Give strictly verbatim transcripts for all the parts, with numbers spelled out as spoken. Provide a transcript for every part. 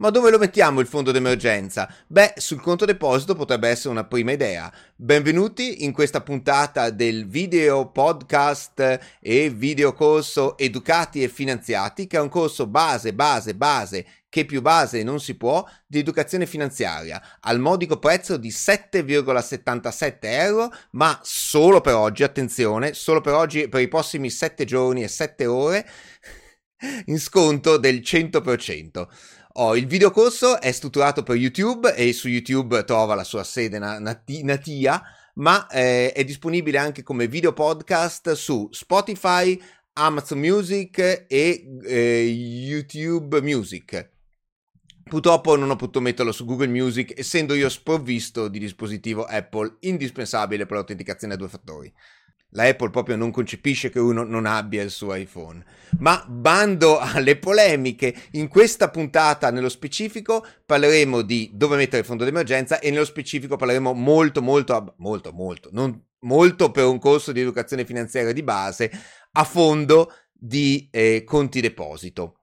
Ma dove lo mettiamo il fondo d'emergenza? Beh, sul conto deposito potrebbe essere una prima idea. Benvenuti in questa puntata del video podcast e videocorso Educati e Finanziati, che è un corso base, base, base, che più base non si può, di educazione finanziaria, al modico prezzo di sette virgola settantasette euro, ma solo per oggi, attenzione, solo per oggi, per i prossimi sette giorni e sette ore, in sconto del cento per cento. Oh, il videocorso è strutturato per YouTube e su YouTube trova la sua sede nati- natia, ma eh, è disponibile anche come video podcast su Spotify, Amazon Music e eh, YouTube Music. Purtroppo non ho potuto metterlo su Google Music, essendo io sprovvisto di dispositivo Apple indispensabile per l'autenticazione a due fattori. La Apple proprio non concepisce che uno non abbia il suo iPhone. Ma bando alle polemiche, in questa puntata nello specifico parleremo di dove mettere il fondo d'emergenza e nello specifico parleremo molto molto, molto molto, non molto per un corso di educazione finanziaria di base, a fondo di eh, conti deposito.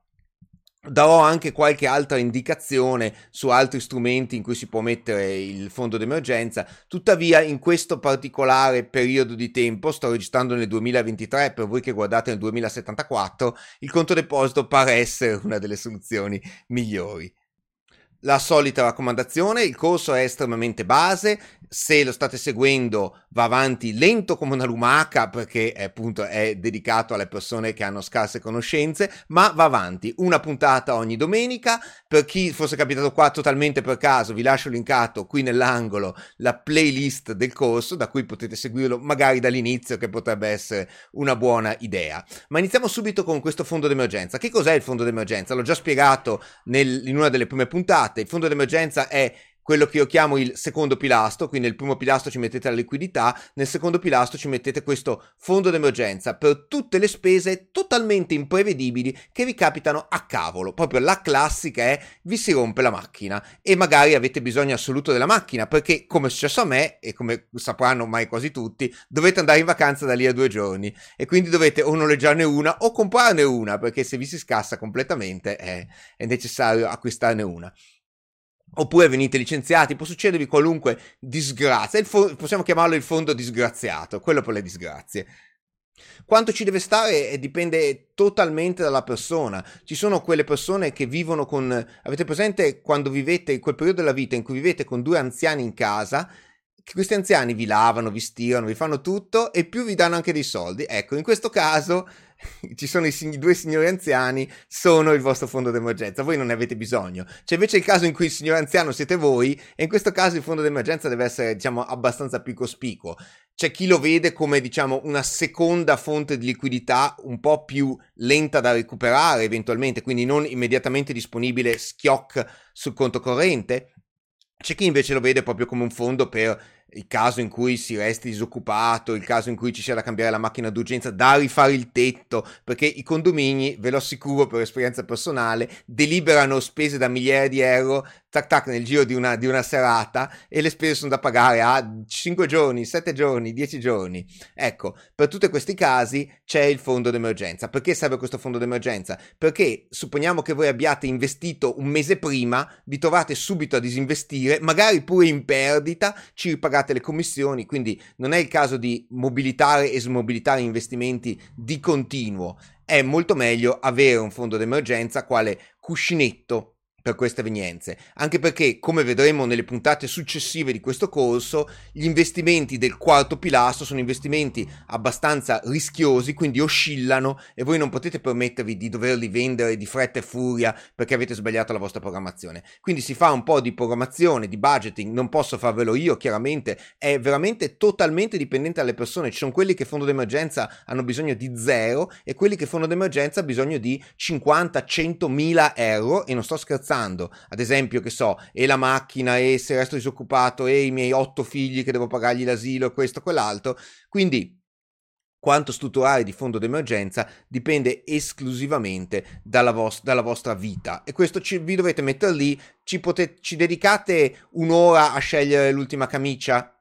Darò anche qualche altra indicazione su altri strumenti in cui si può mettere il fondo d'emergenza. Tuttavia, in questo particolare periodo di tempo, sto registrando nel duemilaventitré, per voi che guardate nel duemilasettantaquattro, il conto deposito pare essere una delle soluzioni migliori. La solita raccomandazione, il corso è estremamente base, se lo state seguendo va avanti lento come una lumaca perché appunto è dedicato alle persone che hanno scarse conoscenze, ma va avanti, una puntata ogni domenica. Per chi fosse capitato qua totalmente per caso, vi lascio linkato qui nell'angolo la playlist del corso da cui potete seguirlo magari dall'inizio, che potrebbe essere una buona idea. Ma iniziamo subito con questo fondo d'emergenza. Che cos'è il fondo d'emergenza? L'ho già spiegato nel, in una delle prime puntate. Il fondo d'emergenza è quello che io chiamo il secondo pilastro, quindi nel primo pilastro ci mettete la liquidità, nel secondo pilastro ci mettete questo fondo d'emergenza per tutte le spese totalmente imprevedibili che vi capitano a cavolo. Proprio la classica è: vi si rompe la macchina e magari avete bisogno assoluto della macchina perché, come è successo a me e come sapranno ormai quasi tutti, dovete andare in vacanza da lì a due giorni e quindi dovete o noleggiarne una o comprarne una, perché se vi si scassa completamente è, è necessario acquistarne una. Oppure venite licenziati, può succedervi qualunque disgrazia, il fo- possiamo chiamarlo il fondo disgraziato, quello per le disgrazie. Quanto ci deve stare dipende totalmente dalla persona. Ci sono quelle persone che vivono con... Avete presente quando vivete, in quel periodo della vita in cui vivete con due anziani in casa, che questi anziani vi lavano, vi stirano, vi fanno tutto e più vi danno anche dei soldi? Ecco, in questo caso ci sono i sig- due signori anziani, sono il vostro fondo d'emergenza, voi non ne avete bisogno. C'è invece il caso in cui il signore anziano siete voi, e in questo caso il fondo d'emergenza deve essere, diciamo, abbastanza più cospicuo. C'è chi lo vede come, diciamo, una seconda fonte di liquidità un po' più lenta da recuperare eventualmente, quindi non immediatamente disponibile schiocc sul conto corrente. C'è chi invece lo vede proprio come un fondo per il caso in cui si resti disoccupato, il caso in cui ci sia da cambiare la macchina d'urgenza, da rifare il tetto, perché i condomini, ve lo assicuro per esperienza personale, deliberano spese da migliaia di euro, tac tac, nel giro di una, di una serata, e le spese sono da pagare a cinque giorni, sette giorni, dieci giorni. Ecco, per tutti questi casi c'è il fondo d'emergenza. Perché serve questo fondo d'emergenza? Perché supponiamo che voi abbiate investito un mese prima, vi trovate subito a disinvestire, magari pure in perdita, ci ripagate le commissioni, quindi non è il caso di mobilitare e smobilitare investimenti di continuo. È molto meglio avere un fondo d'emergenza quale cuscinetto per queste evenienze, anche perché, come vedremo nelle puntate successive di questo corso, gli investimenti del quarto pilastro sono investimenti abbastanza rischiosi, quindi oscillano e voi non potete permettervi di doverli vendere di fretta e furia perché avete sbagliato la vostra programmazione. Quindi si fa un po' di programmazione, di budgeting, non posso farvelo io, chiaramente, è veramente totalmente dipendente dalle persone. Ci sono quelli che fondo d'emergenza hanno bisogno di zero e quelli che fondo d'emergenza hanno bisogno di cinquanta centomila euro, e non sto scherzando. Ad esempio, che so, e la macchina, e se resto disoccupato, e i miei otto figli che devo pagargli l'asilo, e questo, quell'altro. Quindi quanto strutturare di fondo d'emergenza dipende esclusivamente dalla, vos- dalla vostra vita, e questo ci- vi dovete mettere lì. Ci, potete, ci dedicate un'ora a scegliere l'ultima camicia?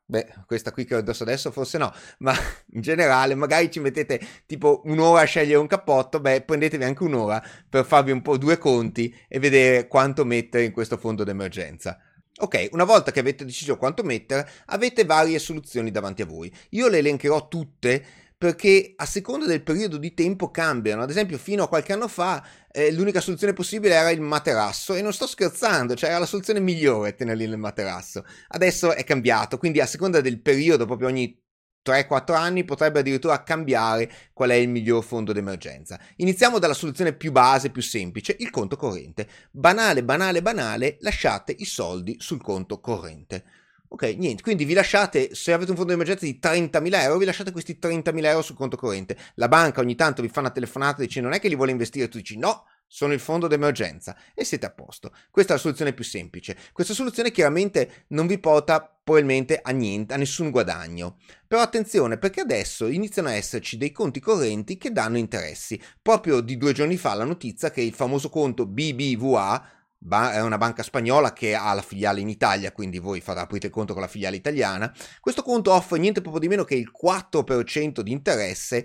Beh, questa qui che ho addosso adesso forse no, ma in generale magari ci mettete tipo un'ora a scegliere un cappotto, beh, prendetevi anche un'ora per farvi un po' due conti e vedere quanto mettere in questo fondo d'emergenza. Ok, una volta che avete deciso quanto mettere, avete varie soluzioni davanti a voi. Io le elencherò tutte perché a seconda del periodo di tempo cambiano. Ad esempio, fino a qualche anno fa eh, l'unica soluzione possibile era il materasso, e non sto scherzando, cioè era la soluzione migliore tenerli nel materasso. Adesso è cambiato, quindi a seconda del periodo, proprio ogni tre quattro anni, potrebbe addirittura cambiare qual è il miglior fondo d'emergenza. Iniziamo dalla soluzione più base, più semplice, il conto corrente. Banale, banale, banale, lasciate i soldi sul conto corrente. Ok, niente, quindi vi lasciate, se avete un fondo di emergenza di trentamila euro, vi lasciate questi trentamila euro sul conto corrente. La banca ogni tanto vi fa una telefonata e dice non è che li vuole investire, tu dici no, sono il fondo d'emergenza e siete a posto. Questa è la soluzione più semplice. Questa soluzione chiaramente non vi porta probabilmente a niente, a nessun guadagno. Però attenzione, perché adesso iniziano a esserci dei conti correnti che danno interessi. Proprio di due giorni fa la notizia che il famoso conto B B V A, è una banca spagnola che ha la filiale in Italia, quindi voi fate, aprite il conto con la filiale italiana. Questo conto offre niente proprio di meno che il quattro per cento di interesse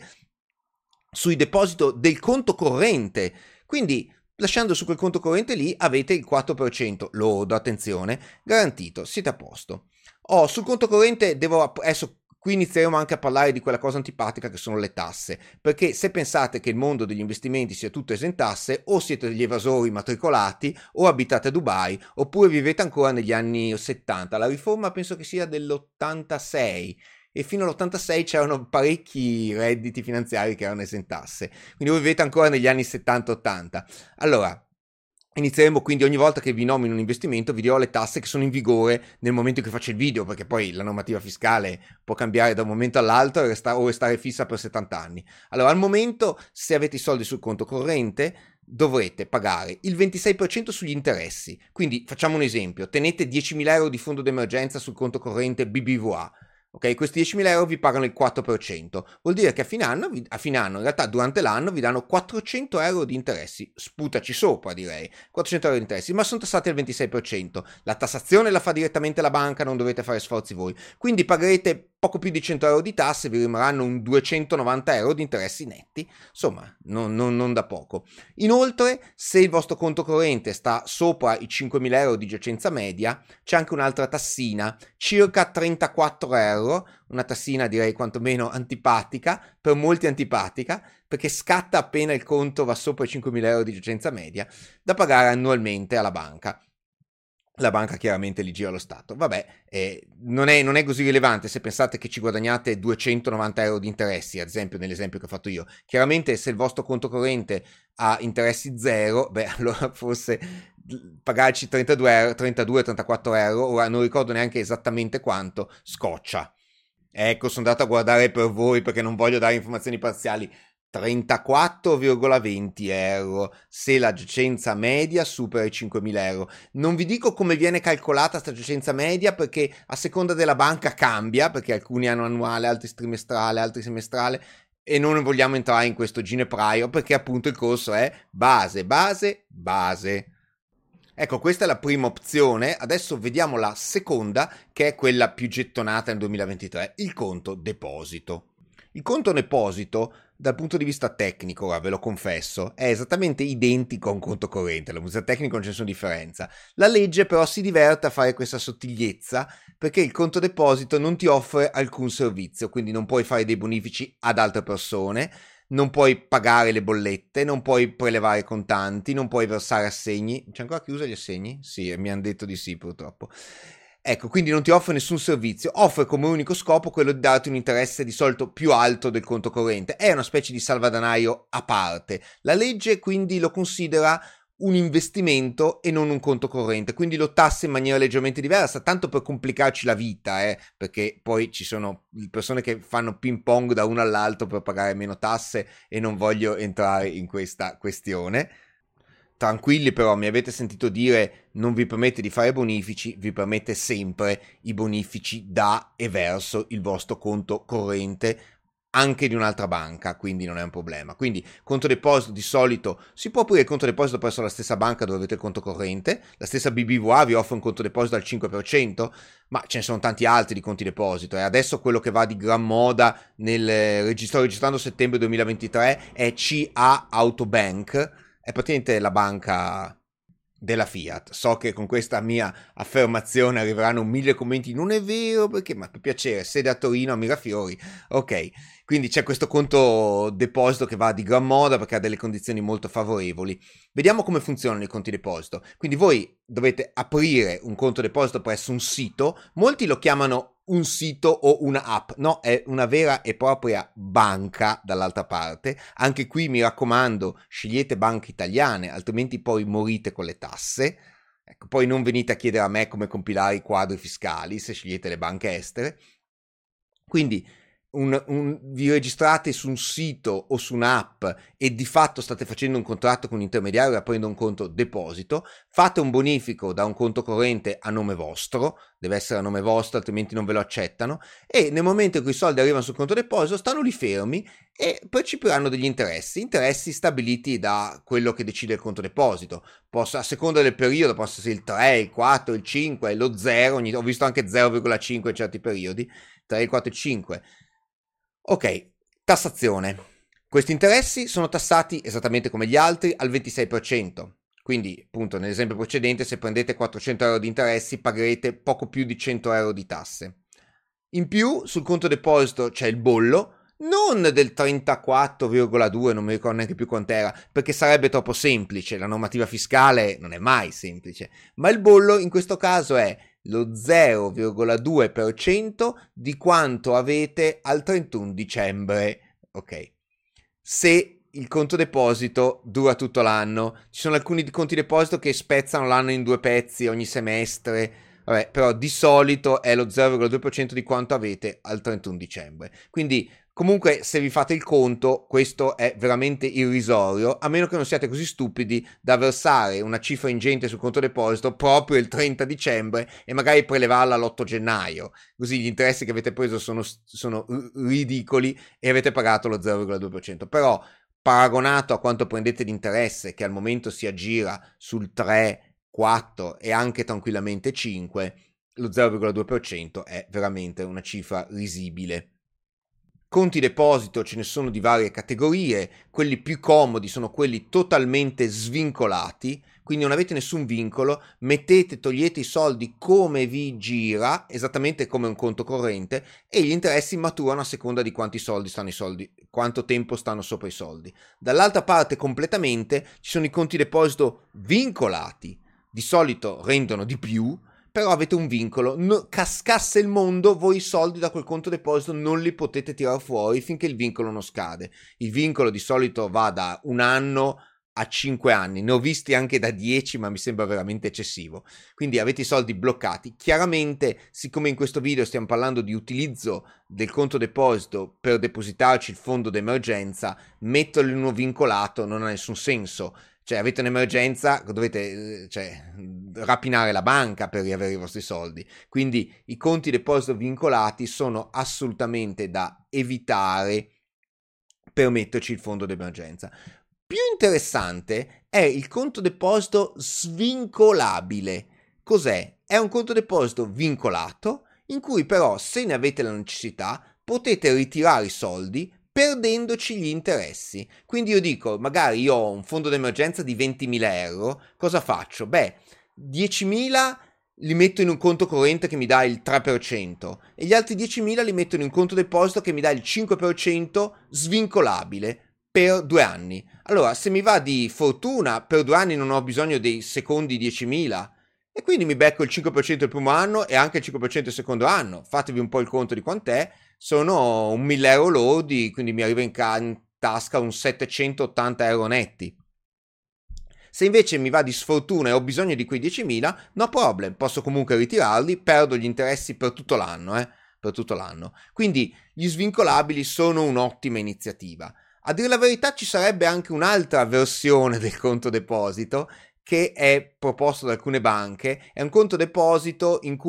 sui deposito del conto corrente. Quindi lasciando su quel conto corrente lì avete il quattro per cento, lordo, attenzione, garantito, siete a posto. Oh, sul conto corrente devo adesso qui inizieremo anche a parlare di quella cosa antipatica che sono le tasse, perché se pensate che il mondo degli investimenti sia tutto esentasse, o siete degli evasori matricolati, o abitate a Dubai, oppure vivete ancora negli anni settanta. La riforma penso che sia dell'ottantasei, e fino all'ottantasei c'erano parecchi redditi finanziari che erano esentasse, quindi voi vivete ancora negli anni settanta ottanta. Allora, inizieremo quindi ogni volta che vi nomino un investimento vi dirò le tasse che sono in vigore nel momento in cui faccio il video, perché poi la normativa fiscale può cambiare da un momento all'altro e resta- o restare fissa per settanta anni. Allora, al momento, se avete i soldi sul conto corrente, dovrete pagare il ventisei per cento sugli interessi. Quindi facciamo un esempio: tenete diecimila euro di fondo d'emergenza sul conto corrente B B V A. Ok, questi diecimila euro vi pagano il quattro per cento, vuol dire che a fine anno, a fine anno, in realtà durante l'anno vi danno quattrocento euro di interessi, sputaci sopra direi, quattrocento euro di interessi, ma sono tassati al ventisei per cento, la tassazione la fa direttamente la banca, non dovete fare sforzi voi, quindi pagherete poco più di cento euro di tasse, vi rimarranno un duecentonovanta euro di interessi netti, insomma non, non, non da poco. Inoltre, se il vostro conto corrente sta sopra i cinquemila euro di giacenza media, c'è anche un'altra tassina, circa trentaquattro euro, una tassina direi quantomeno antipatica, per molti antipatica, perché scatta appena il conto va sopra i cinquemila euro di giacenza media, da pagare annualmente alla banca. La banca chiaramente li gira lo Stato. Vabbè, eh, non, è, non è così rilevante se pensate che ci guadagnate duecentonovanta euro di interessi, ad esempio nell'esempio che ho fatto io. Chiaramente se il vostro conto corrente ha interessi zero, beh, allora forse pagarci trentadue, trentadue trentaquattro euro, ora non ricordo neanche esattamente quanto, scoccia. Ecco, sono andato a guardare per voi perché non voglio dare informazioni parziali. trentaquattro virgola venti euro se la giacenza media supera i cinquemila euro. Non vi dico come viene calcolata questa giacenza media perché a seconda della banca cambia, perché alcuni hanno annuale, altri trimestrale, altri semestrale, e non vogliamo entrare in questo ginepraio perché appunto il corso è base, base, base. Ecco, questa è la prima opzione, adesso vediamo la seconda, che è quella più gettonata nel duemilaventitré, il conto deposito. Il conto deposito, dal punto di vista tecnico, ora ve lo confesso, è esattamente identico a un conto corrente, dal punto di vista tecnico non c'è nessuna differenza. La legge però si diverte a fare questa sottigliezza perché il conto deposito non ti offre alcun servizio, quindi non puoi fare dei bonifici ad altre persone, non puoi pagare le bollette, non puoi prelevare contanti, non puoi versare assegni. C'è ancora chi usa gli assegni? Sì, mi hanno detto di sì purtroppo. Ecco, quindi non ti offre nessun servizio, offre come unico scopo quello di darti un interesse di solito più alto del conto corrente, è una specie di salvadanaio a parte. La legge quindi lo considera un investimento e non un conto corrente, quindi lo tassa in maniera leggermente diversa, tanto per complicarci la vita, eh, perché poi ci sono persone che fanno ping pong da uno all'altro per pagare meno tasse e non voglio entrare in questa questione. Tranquilli però, mi avete sentito dire non vi permette di fare bonifici, vi permette sempre i bonifici da e verso il vostro conto corrente anche di un'altra banca, quindi non è un problema. Quindi conto deposito di solito si può aprire il conto deposito presso la stessa banca dove avete il conto corrente, la stessa B B V A vi offre un conto deposito al cinque per cento, ma ce ne sono tanti altri di conti deposito e adesso quello che va di gran moda nel registro registrando settembre duemilaventitré è C A Autobank, è praticamente la banca della Fiat. So che con questa mia affermazione arriveranno mille commenti, non è vero perché, ma per piacere, sede a Torino a Mirafiori, ok, quindi c'è questo conto deposito che va di gran moda perché ha delle condizioni molto favorevoli. Vediamo come funzionano i conti deposito. Quindi voi dovete aprire un conto deposito presso un sito, molti lo chiamano un sito o una app, no, è una vera e propria banca dall'altra parte. Anche qui mi raccomando, scegliete banche italiane, altrimenti poi morite con le tasse. Ecco, poi non venite a chiedere a me come compilare i quadri fiscali se scegliete le banche estere. Quindi un, un, vi registrate su un sito o su un'app e di fatto state facendo un contratto con un intermediario e aprendo un conto deposito, fate un bonifico da un conto corrente a nome vostro, deve essere a nome vostro altrimenti non ve lo accettano, e nel momento in cui i soldi arrivano sul conto deposito stanno lì fermi e percepiranno degli interessi, interessi stabiliti da quello che decide il conto deposito. Posso, a seconda del periodo possa essere il tre, il quattro, il cinque, lo zero, ho visto anche zero virgola cinque in certi periodi, tre, il quattro e il cinque. Ok, tassazione. Questi interessi sono tassati esattamente come gli altri al ventisei per cento. Quindi, appunto, nell'esempio precedente, se prendete quattrocento euro di interessi, pagherete poco più di cento euro di tasse. In più, sul conto deposito c'è il bollo, non del trentaquattro virgola due, non mi ricordo neanche più quant'era, perché sarebbe troppo semplice, la normativa fiscale non è mai semplice, ma il bollo in questo caso è lo zero virgola due per cento di quanto avete al trentuno dicembre. Ok. Se il conto deposito dura tutto l'anno, ci sono alcuni conti deposito che spezzano l'anno in due pezzi ogni semestre, vabbè, però di solito è lo zero virgola due per cento di quanto avete al trentuno dicembre. Quindi comunque se vi fate il conto questo è veramente irrisorio, a meno che non siate così stupidi da versare una cifra ingente sul conto deposito proprio il trenta dicembre e magari prelevarla l'otto gennaio, così gli interessi che avete preso sono, sono ridicoli e avete pagato lo zero virgola due per cento. Però paragonato a quanto prendete di interesse, che al momento si aggira sul tre, quattro e anche tranquillamente cinque, lo zero virgola due per cento è veramente una cifra risibile. Conti deposito ce ne sono di varie categorie, quelli più comodi sono quelli totalmente svincolati, quindi non avete nessun vincolo, mettete, togliete i soldi come vi gira, esattamente come un conto corrente, e gli interessi maturano a seconda di quanti soldi stanno i soldi, quanto tempo stanno sopra i soldi. Dall'altra parte completamente ci sono i conti deposito vincolati, di solito rendono di più, però avete un vincolo, no, cascasse il mondo, voi i soldi da quel conto deposito non li potete tirare fuori finché il vincolo non scade. Il vincolo di solito va da un anno a cinque anni, ne ho visti anche da dieci, ma mi sembra veramente eccessivo. Quindi avete i soldi bloccati. Chiaramente, siccome in questo video stiamo parlando di utilizzo del conto deposito per depositarci il fondo d'emergenza, metterlo in uno vincolato non ha nessun senso. Cioè avete un'emergenza, dovete cioè, rapinare la banca per riavere i vostri soldi. Quindi i conti deposito vincolati sono assolutamente da evitare per metterci il fondo d'emergenza. Più interessante è il conto deposito svincolabile. Cos'è? È un conto deposito vincolato in cui però se ne avete la necessità potete ritirare i soldi perdendoci gli interessi. Quindi io dico, magari io ho un fondo d'emergenza di ventimila euro, cosa faccio? Beh, diecimila li metto in un conto corrente che mi dà il tre per cento e gli altri diecimila li metto in un conto deposito che mi dà il cinque per cento svincolabile per due anni. Allora, se mi va di fortuna, per due anni non ho bisogno dei secondi diecimila e quindi mi becco il cinque per cento il primo anno e anche il cinque per cento il secondo anno. Fatevi un po' il conto di quant'è. Sono un mille euro lordi, quindi mi arriva in, ca- in tasca un settecentottanta euro netti. Se invece mi va di sfortuna e ho bisogno di quei diecimila, no problem, posso comunque ritirarli, perdo gli interessi per tutto l'anno, eh, per tutto l'anno. Quindi gli svincolabili sono un'ottima iniziativa. A dire la verità ci sarebbe anche un'altra versione del conto deposito che è proposto da alcune banche, è un conto deposito in cui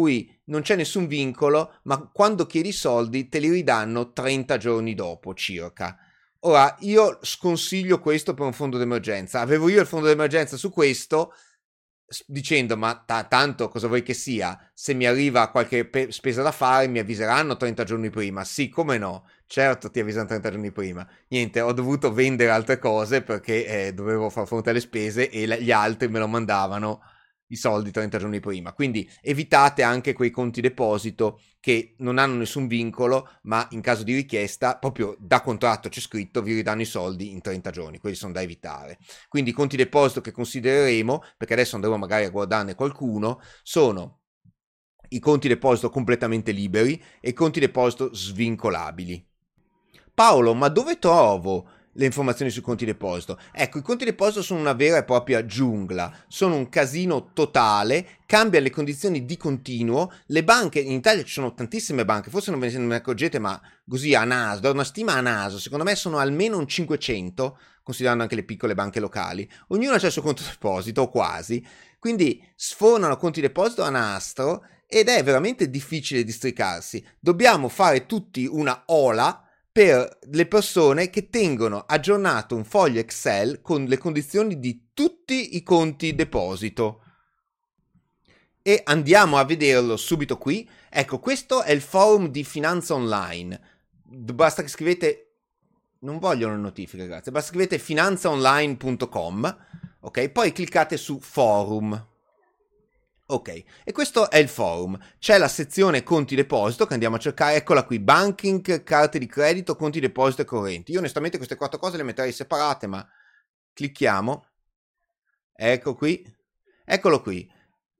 non c'è nessun vincolo, ma quando chiedi i soldi te li ridanno trenta giorni dopo circa. Ora, io sconsiglio questo per un fondo d'emergenza. Avevo io il fondo d'emergenza su questo, dicendo, ma t- tanto cosa vuoi che sia? Se mi arriva qualche pe- spesa da fare, mi avviseranno trenta giorni prima. Sì, come no? Certo, ti avvisano trenta giorni prima. Niente, ho dovuto vendere altre cose perché eh, dovevo far fronte alle spese e la- gli altri me lo mandavano i soldi trenta giorni prima. Quindi evitate anche quei conti deposito che non hanno nessun vincolo, ma in caso di richiesta, proprio da contratto c'è scritto, vi ridanno i soldi in trenta giorni. Quelli sono da evitare. Quindi i conti deposito che considereremo, perché adesso andremo magari a guardarne qualcuno, sono i conti deposito completamente liberi e i conti deposito svincolabili. Paolo, ma dove trovo le informazioni sui conti deposito? Ecco, i conti deposito sono una vera e propria giungla, sono un casino totale, cambiano le condizioni di continuo, le banche, in Italia ci sono tantissime banche, forse non ve ne accorgete, ma così a naso, da una stima a naso, secondo me sono almeno un cinquecento, considerando anche le piccole banche locali, ognuno ha il suo conto deposito, o quasi, quindi sfornano conti deposito a nastro ed è veramente difficile districarsi. Dobbiamo fare tutti una ola per le persone che tengono aggiornato un foglio Excel con le condizioni di tutti i conti deposito. E andiamo a vederlo subito qui. Ecco, questo è il forum di Finanza Online. Basta che scrivete... Non vogliono notifiche, grazie. Basta che scrivete finanzaonline punto com, ok? Poi cliccate su forum. Ok, e questo è il forum. C'è la sezione conti deposito che andiamo a cercare, eccola qui, banking, carte di credito, conti deposito e correnti. Io onestamente queste quattro cose le metterei separate, ma clicchiamo. Ecco qui, eccolo qui.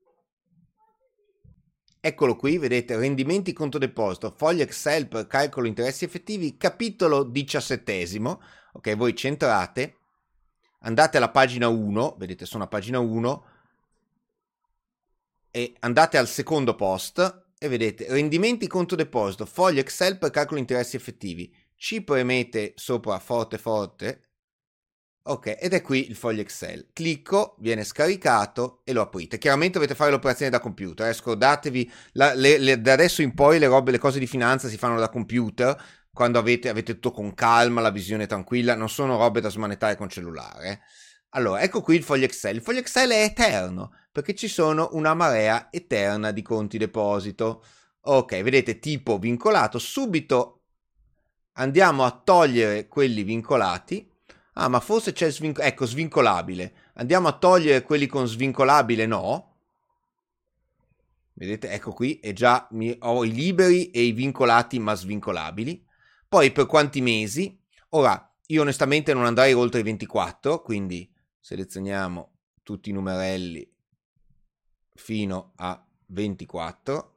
Eccolo qui, vedete, rendimenti conto deposito, foglio Excel per calcolo interessi effettivi, capitolo diciassettesimo. Ok, voi centrate, andate alla pagina uno, vedete sono a pagina uno, e andate al secondo post e vedete rendimenti conto deposito, foglio Excel per calcolo interessi effettivi. Ci premete sopra forte forte. Ok, ed è qui il foglio Excel. Clicco, viene scaricato e lo aprite. Chiaramente dovete fare l'operazione da computer, eh? Scordatevi, la, le, le, da adesso in poi le robe, le cose di finanza si fanno da computer, quando avete, avete tutto con calma, la visione tranquilla, non sono robe da smanettare con cellulare. Eh? Allora, ecco qui il foglio Excel. Il foglio Excel è eterno, perché ci sono una marea eterna di conti deposito. Ok, vedete, tipo vincolato. Subito andiamo a togliere quelli vincolati. Ah, ma forse c'è svinc- ecco, svincolabile. Andiamo a togliere quelli con svincolabile, no. Vedete, ecco qui, e già mi, ho i liberi e i vincolati ma svincolabili. Poi per quanti mesi? Ora, io onestamente non andrei oltre i ventiquattro, quindi selezioniamo tutti i numerelli fino a ventiquattro.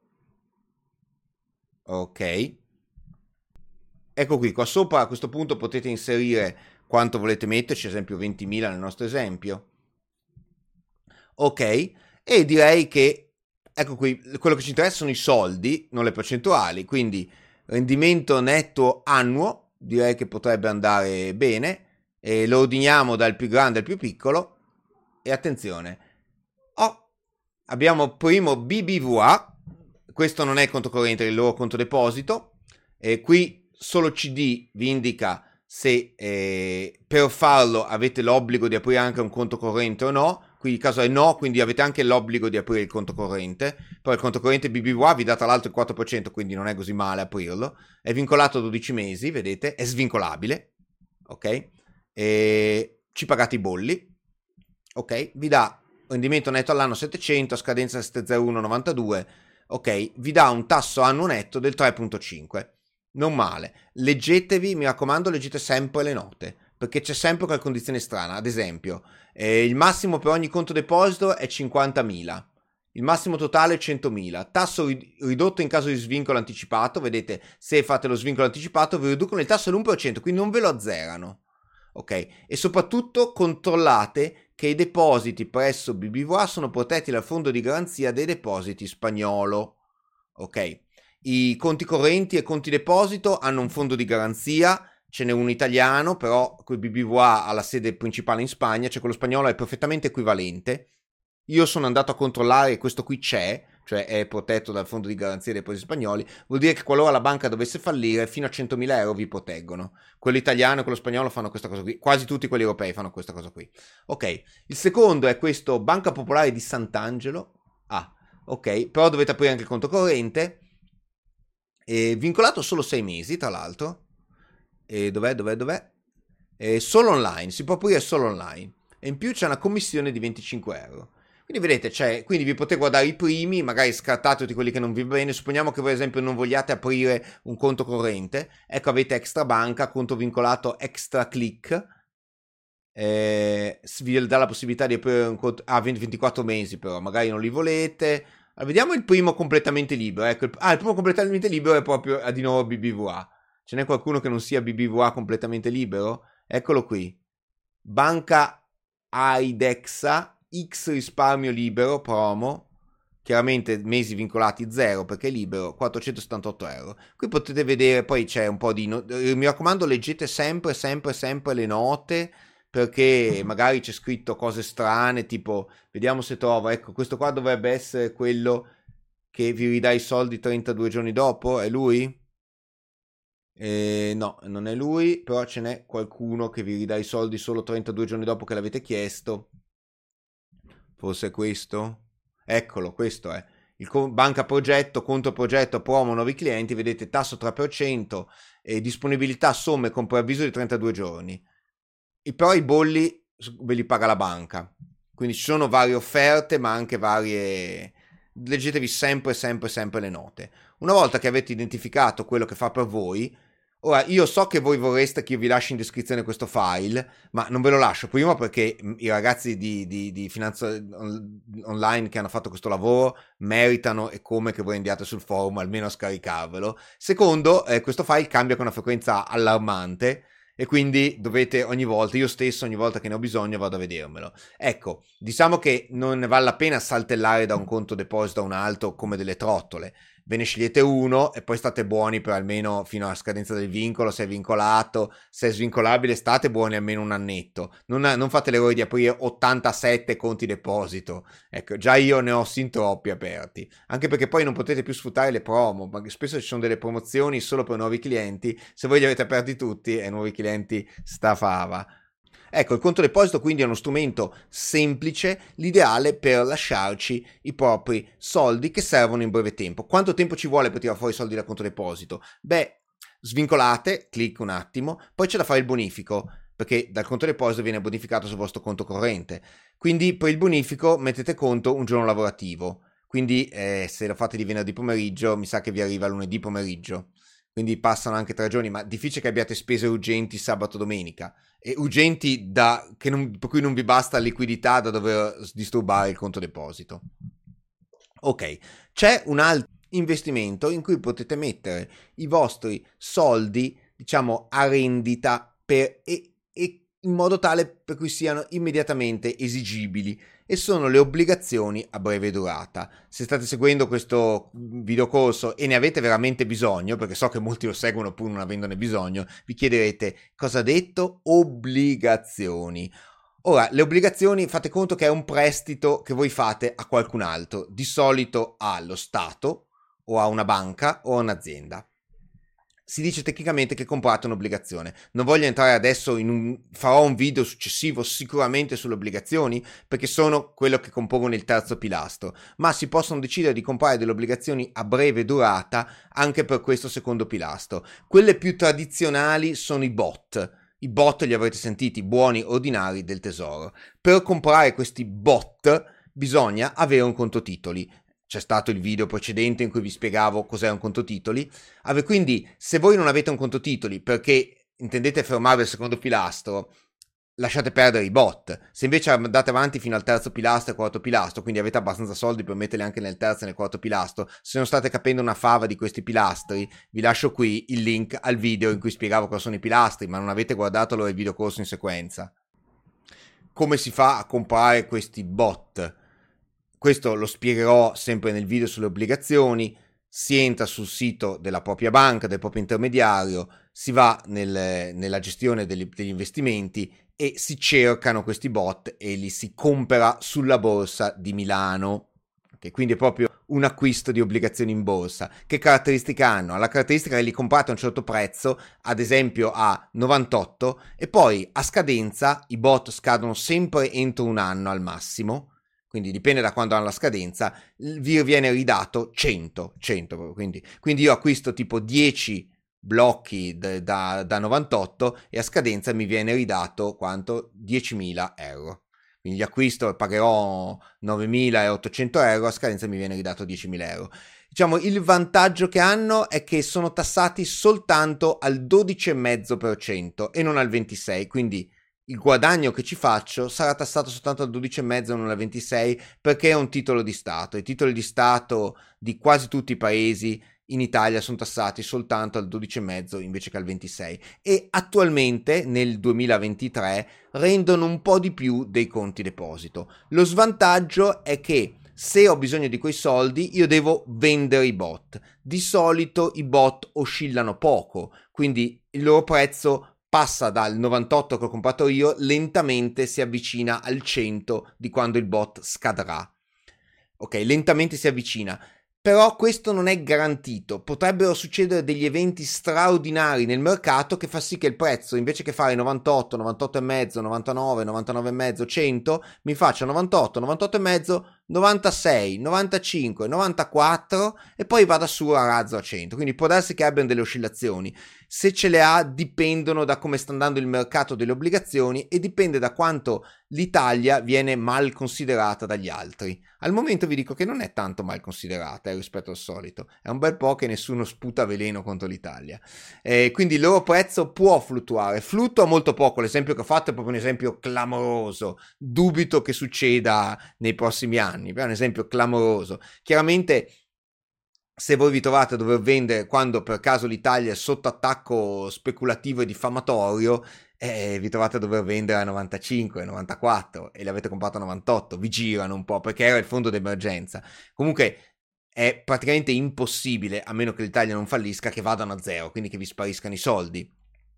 Ok. Ecco qui, qua sopra a questo punto potete inserire quanto volete metterci, ad esempio ventimila nel nostro esempio. Ok, e direi che, ecco qui, quello che ci interessa sono i soldi, non le percentuali, quindi rendimento netto annuo, direi che potrebbe andare bene, e lo ordiniamo dal più grande al più piccolo, e attenzione, oh, abbiamo primo B B V A, questo non è il conto corrente, è il loro conto deposito, e qui solo C D vi indica se eh, per farlo avete l'obbligo di aprire anche un conto corrente o no. Qui il caso è no, quindi avete anche l'obbligo di aprire il conto corrente. Poi il conto corrente B B V A vi dà tra l'altro il quattro per cento, quindi non è così male aprirlo. È vincolato a dodici mesi, vedete, è svincolabile, ok? E ci pagate i bolli, ok? Vi dà rendimento netto all'anno settecento, scadenza sette zero uno novantadue, ok? Vi dà un tasso annuo netto del tre virgola cinque. Non male. Leggetevi, mi raccomando, leggete sempre le note, perché c'è sempre qualche condizione strana. Ad esempio, eh, il massimo per ogni conto deposito è cinquantamila, il massimo totale è centomila, tasso ridotto in caso di svincolo anticipato. Vedete, se fate lo svincolo anticipato vi riducono il tasso all'uno per cento, quindi non ve lo azzerano, ok? E soprattutto controllate che i depositi presso B B V A sono protetti dal fondo di garanzia dei depositi spagnolo, ok? I conti correnti e conti deposito hanno un fondo di garanzia, ce n'è uno italiano, però quel B B V A ha la sede principale in Spagna, cioè quello spagnolo è perfettamente equivalente. Io sono andato a controllare e questo qui c'è, cioè è protetto dal Fondo di Garanzia dei Depositi Spagnoli, vuol dire che qualora la banca dovesse fallire, fino a centomila euro vi proteggono. Quello italiano e quello spagnolo fanno questa cosa qui, quasi tutti quelli europei fanno questa cosa qui. Ok, il secondo è questo Banca Popolare di Sant'Angelo. Ah, ok, però dovete aprire anche il conto corrente, eh, vincolato solo sei mesi, tra l'altro. E dov'è, dov'è, dov'è? Eh, solo online, si può aprire solo online. E in più c'è una commissione di venticinque euro. Quindi vedete, c'è, quindi vi potete guardare i primi, magari scartate tutti quelli che non vi va bene. Supponiamo che voi, ad esempio, non vogliate aprire un conto corrente. Ecco, avete Extra Banca, conto vincolato Extra Click. Eh, vi dà la possibilità di aprire un conto a ah, ventiquattro mesi, però magari non li volete. Allora, vediamo il primo completamente libero. Ecco, il, ah, il primo completamente libero è proprio di nuovo B B V A. Ce n'è qualcuno che non sia B B V A completamente libero? Eccolo qui. Banca Aidexa, X risparmio libero, promo. Chiaramente mesi vincolati zero perché è libero, quattrocentosettantotto euro. Qui potete vedere, poi c'è un po' di... No- mi raccomando, leggete sempre, sempre, sempre le note, perché magari c'è scritto cose strane, tipo, vediamo se trovo, ecco, questo qua dovrebbe essere quello che vi ridà i soldi trentadue giorni dopo, è lui? Eh, no, non è lui, però ce n'è qualcuno che vi ridà i soldi solo trentadue giorni dopo che l'avete chiesto. Forse è questo? Eccolo, questo è. Il co- banca progetto, conto progetto, promo, nuovi clienti, vedete tasso tre per cento e disponibilità somme con preavviso di trentadue giorni. E però i bolli ve li paga la banca. Quindi ci sono varie offerte, ma anche varie... Leggetevi sempre, sempre, sempre le note. Una volta che avete identificato quello che fa per voi, ora io so che voi vorreste che io vi lasci in descrizione questo file, ma non ve lo lascio. Primo perché i ragazzi di, di, di finanza online che hanno fatto questo lavoro meritano e come che voi andiate sul forum almeno a scaricarvelo. Secondo, eh, questo file cambia con una frequenza allarmante, e quindi dovete ogni volta, io stesso ogni volta che ne ho bisogno vado a vedermelo. Ecco, diciamo che non ne vale la pena saltellare da un conto deposito a un altro come delle trottole. Ve ne scegliete uno e poi state buoni per almeno fino alla scadenza del vincolo, se è vincolato, se è svincolabile state buoni almeno un annetto. Non, non fate l'errore di aprire ottantasette conti deposito. Ecco, già io ne ho sin troppi aperti. Anche perché poi non potete più sfruttare le promo, ma spesso ci sono delle promozioni solo per nuovi clienti. Se voi li avete aperti tutti e nuovi clienti sta fava. Ecco, il conto deposito quindi è uno strumento semplice, l'ideale per lasciarci i propri soldi che servono in breve tempo. Quanto tempo ci vuole per tirare fuori i soldi dal conto deposito? Beh, svincolate, clic un attimo, poi c'è da fare il bonifico, perché dal conto deposito viene bonificato sul vostro conto corrente. Quindi per il bonifico mettete conto un giorno lavorativo. Quindi eh, se lo fate di venerdì pomeriggio, mi sa che vi arriva lunedì pomeriggio. Quindi passano anche tre giorni, ma difficile che abbiate spese urgenti sabato domenica. E urgenti da, che non, per cui non vi basta liquidità da dover disturbare il conto deposito. Ok, c'è un altro investimento in cui potete mettere i vostri soldi, diciamo, a rendita per, e, e in modo tale per cui siano immediatamente esigibili, e sono le obbligazioni a breve durata. Se state seguendo questo videocorso e ne avete veramente bisogno, perché so che molti lo seguono pur non avendone bisogno, vi chiederete cosa ha detto obbligazioni. Ora, le obbligazioni, fate conto che è un prestito che voi fate a qualcun altro, di solito allo Stato o a una banca o a un'azienda. Si dice tecnicamente che comprate un'obbligazione. Non voglio entrare adesso in un... farò un video successivo sicuramente sulle obbligazioni, perché sono quello che compongono il terzo pilastro, ma si possono decidere di comprare delle obbligazioni a breve durata anche per questo secondo pilastro. Quelle più tradizionali sono i B O T. I B O T li avrete sentiti, buoni ordinari del tesoro. Per comprare questi B O T bisogna avere un conto titoli. C'è stato il video precedente in cui vi spiegavo cos'è un conto titoli. Quindi, se voi non avete un conto titoli perché intendete fermarvi al secondo pilastro, lasciate perdere i B O T. Se invece andate avanti fino al terzo pilastro e quarto pilastro, quindi avete abbastanza soldi per metterli anche nel terzo e nel quarto pilastro, se non state capendo una fava di questi pilastri, vi lascio qui il link al video in cui spiegavo cosa sono i pilastri, ma non avete guardato il video corso in sequenza. Come si fa a comprare questi B O T? Questo lo spiegherò sempre nel video sulle obbligazioni. Si entra sul sito della propria banca, del proprio intermediario, si va nel, nella gestione degli, degli investimenti e si cercano questi B O T e li si compra sulla borsa di Milano. Okay, quindi è proprio un acquisto di obbligazioni in borsa. Che caratteristiche hanno? La caratteristica che li comprate a un certo prezzo, ad esempio a novantotto, e poi a scadenza, i bot scadono sempre entro un anno al massimo, quindi dipende da quando hanno la scadenza, vi viene ridato cento, cento quindi, quindi io acquisto tipo dieci blocchi d- da, da novantotto e a scadenza mi viene ridato quanto? diecimila euro. Quindi gli acquisto e pagherò novemilaottocento euro, a scadenza mi viene ridato diecimila euro. Diciamo, il vantaggio che hanno è che sono tassati soltanto al dodici virgola cinque per cento e non al ventisei per cento, quindi il guadagno che ci faccio sarà tassato soltanto al dodici virgola cinque e non al ventisei per cento, perché è un titolo di Stato. I titoli di Stato di quasi tutti i paesi in Italia sono tassati soltanto al dodici virgola cinque invece che al ventisei per cento e attualmente nel duemilaventitré rendono un po' di più dei conti deposito. Lo svantaggio è che se ho bisogno di quei soldi io devo vendere i bot. Di solito i bot oscillano poco, quindi il loro prezzo passa dal novantotto che ho comprato io, lentamente si avvicina al cento di quando il bot scadrà. Ok, lentamente si avvicina. Però questo non è garantito, potrebbero succedere degli eventi straordinari nel mercato che fa sì che il prezzo, invece che fare novantotto, novantotto virgola cinque, novantanove, novantanove virgola cinque, cento, mi faccia novantotto, novantotto virgola cinque, novantasei, novantacinque, novantaquattro e poi vada su a razzo a cento. Quindi può darsi che abbiano delle oscillazioni. Se ce le ha dipendono da come sta andando il mercato delle obbligazioni e dipende da quanto l'Italia viene mal considerata dagli altri. Al momento vi dico che non è tanto mal considerata eh, rispetto al solito, è un bel po' che nessuno sputa veleno contro l'Italia, eh, quindi il loro prezzo può fluttuare, fluttua molto poco, l'esempio che ho fatto è proprio un esempio clamoroso, dubito che succeda nei prossimi anni, però è un esempio clamoroso. Chiaramente se voi vi trovate a dover vendere quando per caso l'Italia è sotto attacco speculativo e diffamatorio, eh, vi trovate a dover vendere a novantacinque, novantaquattro e l'avete comprato a novantotto, vi girano un po' perché era il fondo d'emergenza. Comunque è praticamente impossibile, a meno che l'Italia non fallisca, che vadano a zero, quindi che vi spariscano i soldi.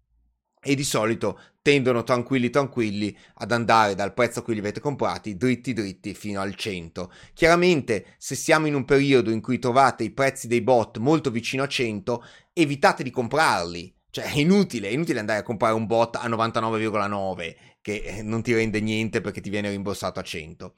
E di solito tendono tranquilli tranquilli ad andare dal prezzo a cui li avete comprati dritti dritti fino al cento. Chiaramente se siamo in un periodo in cui trovate i prezzi dei bot molto vicino a cento, evitate di comprarli. Cioè è inutile, è inutile andare a comprare un bot a novantanove virgola nove che non ti rende niente perché ti viene rimborsato a cento.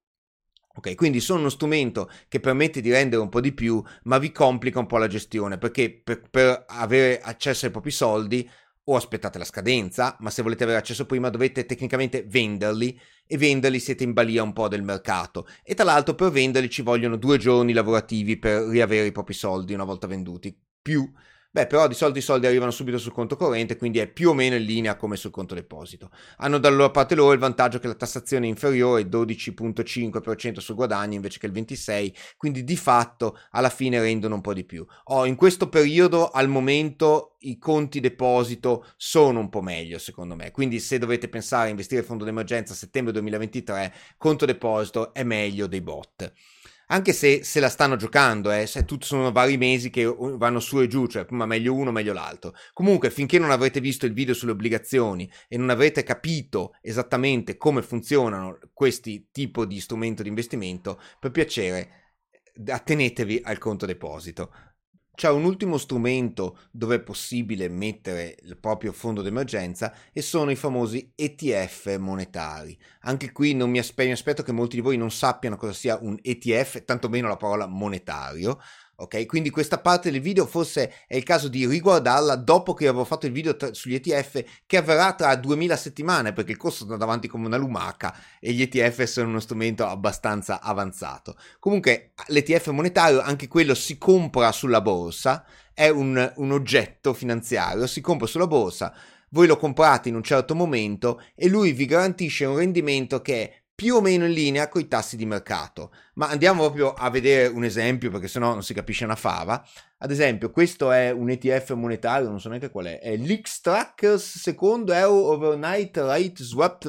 Ok, quindi sono uno strumento che permette di rendere un po' di più, ma vi complica un po' la gestione, perché per, per avere accesso ai propri soldi o aspettate la scadenza, ma se volete avere accesso prima dovete tecnicamente venderli e venderli siete in balia un po' del mercato e tra l'altro per venderli ci vogliono due giorni lavorativi per riavere i propri soldi una volta venduti, più. Beh, però di solito i soldi arrivano subito sul conto corrente, quindi è più o meno in linea come sul conto deposito. Hanno dalla parte loro il vantaggio che la tassazione è inferiore, dodici virgola cinque per cento sul guadagno invece che il ventisei per cento, quindi di fatto alla fine rendono un po' di più. Oh, in questo periodo al momento i conti deposito sono un po' meglio secondo me, quindi se dovete pensare a investire il fondo d'emergenza a settembre duemilaventitré, conto deposito è meglio dei bot. Anche se se la stanno giocando, eh, se tutti sono vari mesi che vanno su e giù, cioè prima meglio uno, meglio l'altro. Comunque, finché non avrete visto il video sulle obbligazioni e non avrete capito esattamente come funzionano questi tipi di strumento di investimento, per piacere, attenetevi al conto deposito. C'è un ultimo strumento dove è possibile mettere il proprio fondo d'emergenza e sono i famosi E T F monetari. Anche qui non mi aspetto, mi aspetto che molti di voi non sappiano cosa sia un E T F, tantomeno la parola monetario. Ok, quindi questa parte del video forse è il caso di riguardarla dopo che avevo fatto il video tra, sugli E T F che avverrà tra duemila settimane perché il corso sta davanti come una lumaca e gli E T F sono uno strumento abbastanza avanzato. Comunque l'E T F monetario anche quello si compra sulla borsa, è un, un oggetto finanziario, si compra sulla borsa, voi lo comprate in un certo momento e lui vi garantisce un rendimento che è più o meno in linea con i tassi di mercato. Ma andiamo proprio a vedere un esempio perché sennò non si capisce una fava. Ad esempio questo è un E T F monetario, non so neanche qual è, è l'X-Trackers secondo Euro Overnight Rate Swap.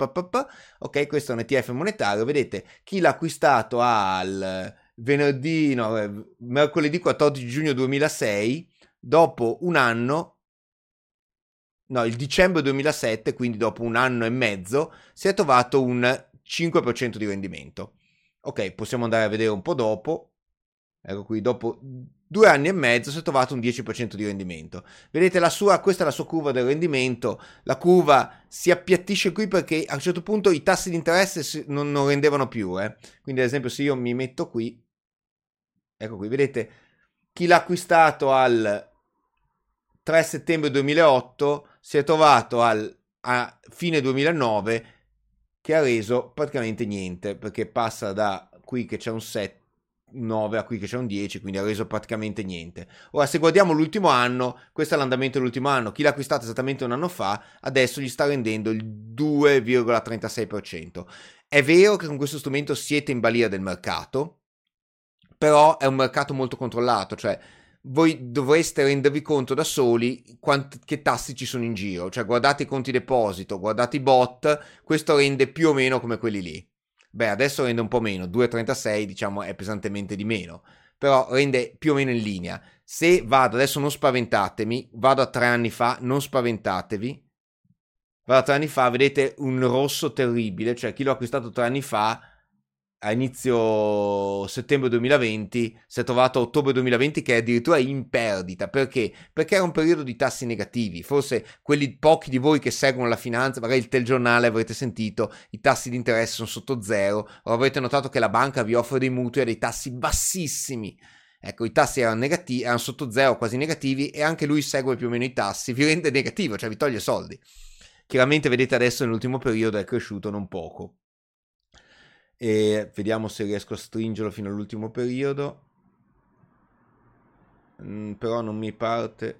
Ok, questo è un E T F monetario, vedete chi l'ha acquistato al venerdì, no, mercoledì quattordici giugno duemilasei, dopo un anno, no, il dicembre duemilasette, quindi dopo un anno e mezzo, si è trovato un cinque per cento di rendimento. Ok, possiamo andare a vedere un po' dopo. ecco qui, dopo due anni e mezzo si è trovato un dieci per cento di rendimento. Vedete la sua, questa è la sua curva del rendimento, la curva si appiattisce qui perché a un certo punto i tassi di interesse non, non rendevano più, eh. Quindi ad esempio se io mi metto qui, ecco qui, vedete, chi l'ha acquistato al tre settembre duemilaotto si è trovato al, a fine duemilanove che ha reso praticamente niente, perché passa da qui che c'è un sette, nove a qui che c'è un dieci, quindi ha reso praticamente niente. Ora se guardiamo l'ultimo anno, questo è l'andamento dell'ultimo anno, chi l'ha acquistato esattamente un anno fa adesso gli sta rendendo il due virgola trentasei per cento. È vero che con questo strumento siete in balia del mercato, però è un mercato molto controllato, cioè voi dovreste rendervi conto da soli quanti, che tassi ci sono in giro, cioè guardate i conti deposito, guardate i bot, questo rende più o meno come quelli lì. Beh, adesso rende un po' meno, due virgola trentasei diciamo è pesantemente di meno, però rende più o meno in linea. Se vado, adesso non spaventatemi, vado a tre anni fa, non spaventatevi, vado a tre anni fa, vedete un rosso terribile, cioè chi l'ha acquistato tre anni fa a inizio settembre duemilaventi si è trovato a ottobre duemilaventi che è addirittura in perdita. Perché? Perché era un periodo di tassi negativi. Forse quelli pochi di voi che seguono la finanza, magari il telegiornale avrete sentito, i tassi di interesse sono sotto zero, o avrete notato che la banca vi offre dei mutui a dei tassi bassissimi. Ecco, i tassi erano negativi, erano sotto zero, quasi negativi, e anche lui segue più o meno i tassi, vi rende negativo, cioè vi toglie soldi. Chiaramente vedete adesso nell'ultimo periodo è cresciuto non poco. E vediamo se riesco a stringerlo fino all'ultimo periodo, mm, però non mi parte,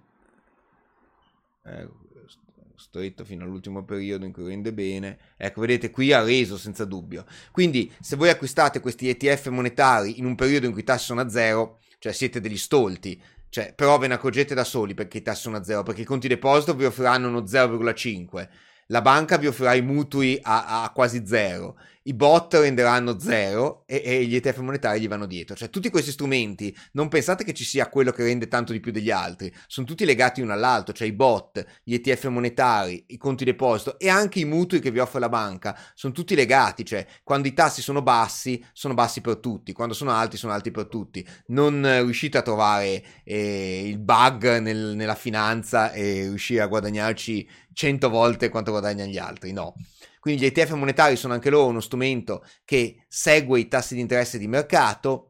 eh, stretto fino all'ultimo periodo in cui rende bene. Ecco, vedete qui ha reso senza dubbio. Quindi se voi acquistate questi E T F monetari in un periodo in cui i tassi sono a zero, cioè siete degli stolti, cioè, però ve ne accorgete da soli perché i tassi sono a zero, perché i conti deposito vi offriranno uno zero virgola cinque, la banca vi offrirà i mutui a, a quasi zero, i bot renderanno zero e, e gli E T F monetari gli vanno dietro. Cioè tutti questi strumenti, non pensate che ci sia quello che rende tanto di più degli altri, sono tutti legati uno all'altro, cioè i bot, gli E T F monetari, i conti deposito e anche i mutui che vi offre la banca, sono tutti legati, cioè quando i tassi sono bassi, sono bassi per tutti, quando sono alti, sono alti per tutti. Non eh, riuscite a trovare eh, il bug nel, nella finanza e riuscire a guadagnarci cento volte quanto guadagnano gli altri, no. Quindi gli E T F monetari sono anche loro uno strumento che segue i tassi di interesse di mercato,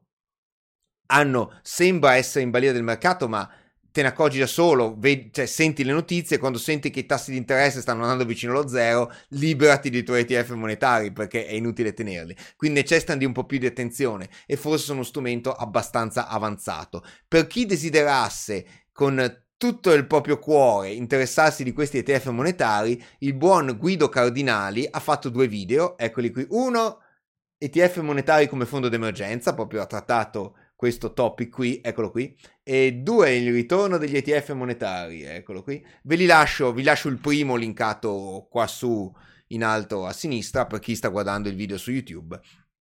hanno, sembra essere in balia del mercato, ma te ne accorgi da solo, vedi, cioè, senti le notizie, quando senti che i tassi di interesse stanno andando vicino allo zero, liberati dei tuoi E T F monetari perché è inutile tenerli. Quindi necessitano di un po' più di attenzione e forse sono uno strumento abbastanza avanzato. Per chi desiderasse con tutto il proprio cuore interessarsi di questi E T F monetari, il buon Guido Cardinali ha fatto due video, eccoli qui. Uno, E T F monetari come fondo d'emergenza, proprio ha trattato questo topic qui, eccolo qui, e due, il ritorno degli E T F monetari, eccolo qui. Ve li lascio, vi lascio il primo linkato qua su in alto a sinistra per chi sta guardando il video su YouTube.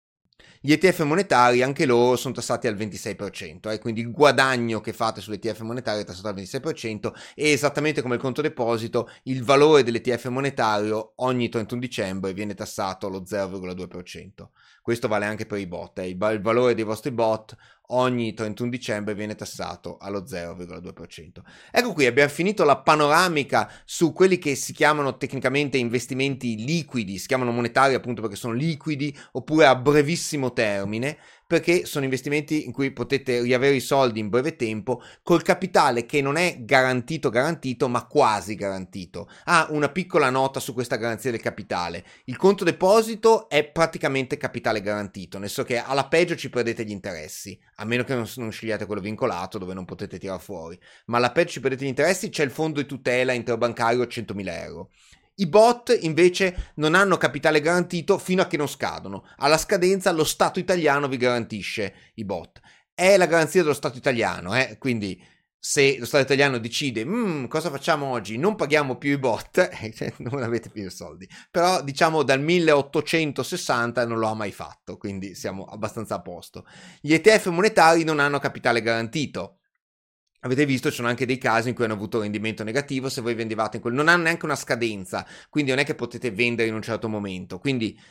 Gli E T F monetari anche loro sono tassati al ventisei per cento, eh? Quindi il guadagno che fate sull'E T F monetario è tassato al ventisei per cento e esattamente come il conto deposito il valore dell'E T F monetario ogni trentuno dicembre viene tassato allo zero virgola due per cento. Questo vale anche per i bot, eh? il, il valore dei vostri bot ogni trentuno dicembre viene tassato allo zero virgola due per cento. Ecco qui, abbiamo finito la panoramica su quelli che si chiamano tecnicamente investimenti liquidi, si chiamano monetari appunto perché sono liquidi oppure a brevissimo termine, perché sono investimenti in cui potete riavere i soldi in breve tempo col capitale che non è garantito garantito ma quasi garantito. Ah, una piccola nota su questa garanzia del capitale: il conto deposito è praticamente capitale garantito, nel senso che alla peggio ci perdete gli interessi, a meno che non, non scegliate quello vincolato dove non potete tirare fuori, ma alla peggio ci perdete gli interessi. C'è il fondo di tutela interbancario centomila euro. I bot invece non hanno capitale garantito fino a che non scadono. Alla scadenza lo Stato italiano vi garantisce i bot. È la garanzia dello Stato italiano, eh? Quindi se lo Stato italiano decide mmm, cosa facciamo oggi, non paghiamo più i bot, eh, non avete più i soldi. Però diciamo dal milleottocentosessanta non lo ha mai fatto, quindi siamo abbastanza a posto. Gli E T F monetari non hanno capitale garantito. Avete visto, ci sono anche dei casi in cui hanno avuto rendimento negativo se voi vendevate in quel... Non hanno neanche una scadenza, quindi non è che potete vendere in un certo momento. Quindi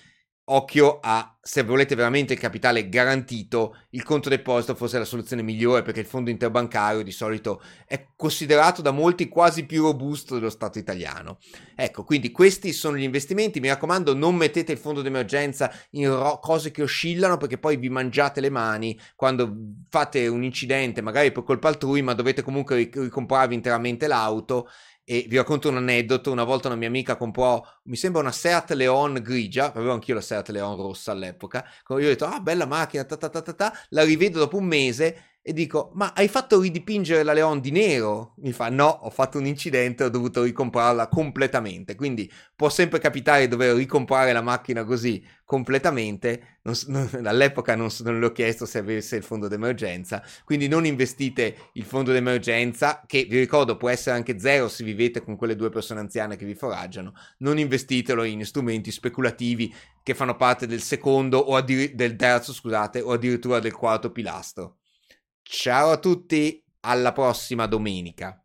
occhio a, se volete veramente il capitale garantito, il conto deposito forse è la soluzione migliore, perché il fondo interbancario di solito è considerato da molti quasi più robusto dello Stato italiano. Ecco, quindi questi sono gli investimenti. Mi raccomando, non mettete il fondo d'emergenza in ro- cose che oscillano, perché poi vi mangiate le mani quando fate un incidente, magari per colpa altrui, ma dovete comunque ric- ricomprarvi interamente l'auto. E vi racconto un aneddoto: una volta una mia amica comprò, mi sembra, una Seat Leon grigia, avevo anch'io la Seat Leon rossa all'epoca. Io ho detto, ah, bella macchina, ta ta ta ta ta. La rivedo dopo un mese e dico, ma hai fatto ridipingere la Leon di nero? Mi fa, no, ho fatto un incidente, ho dovuto ricomprarla completamente. Quindi può sempre capitare di dover ricomprare la macchina così completamente. Non, non, all'epoca non, non le ho chiesto se avesse il fondo d'emergenza, quindi non investite il fondo d'emergenza, che vi ricordo può essere anche zero se vivete con quelle due persone anziane che vi foraggiano. Non investitelo in strumenti speculativi che fanno parte del secondo o addir- del terzo, scusate, o addirittura del quarto pilastro. Ciao a tutti, alla prossima domenica.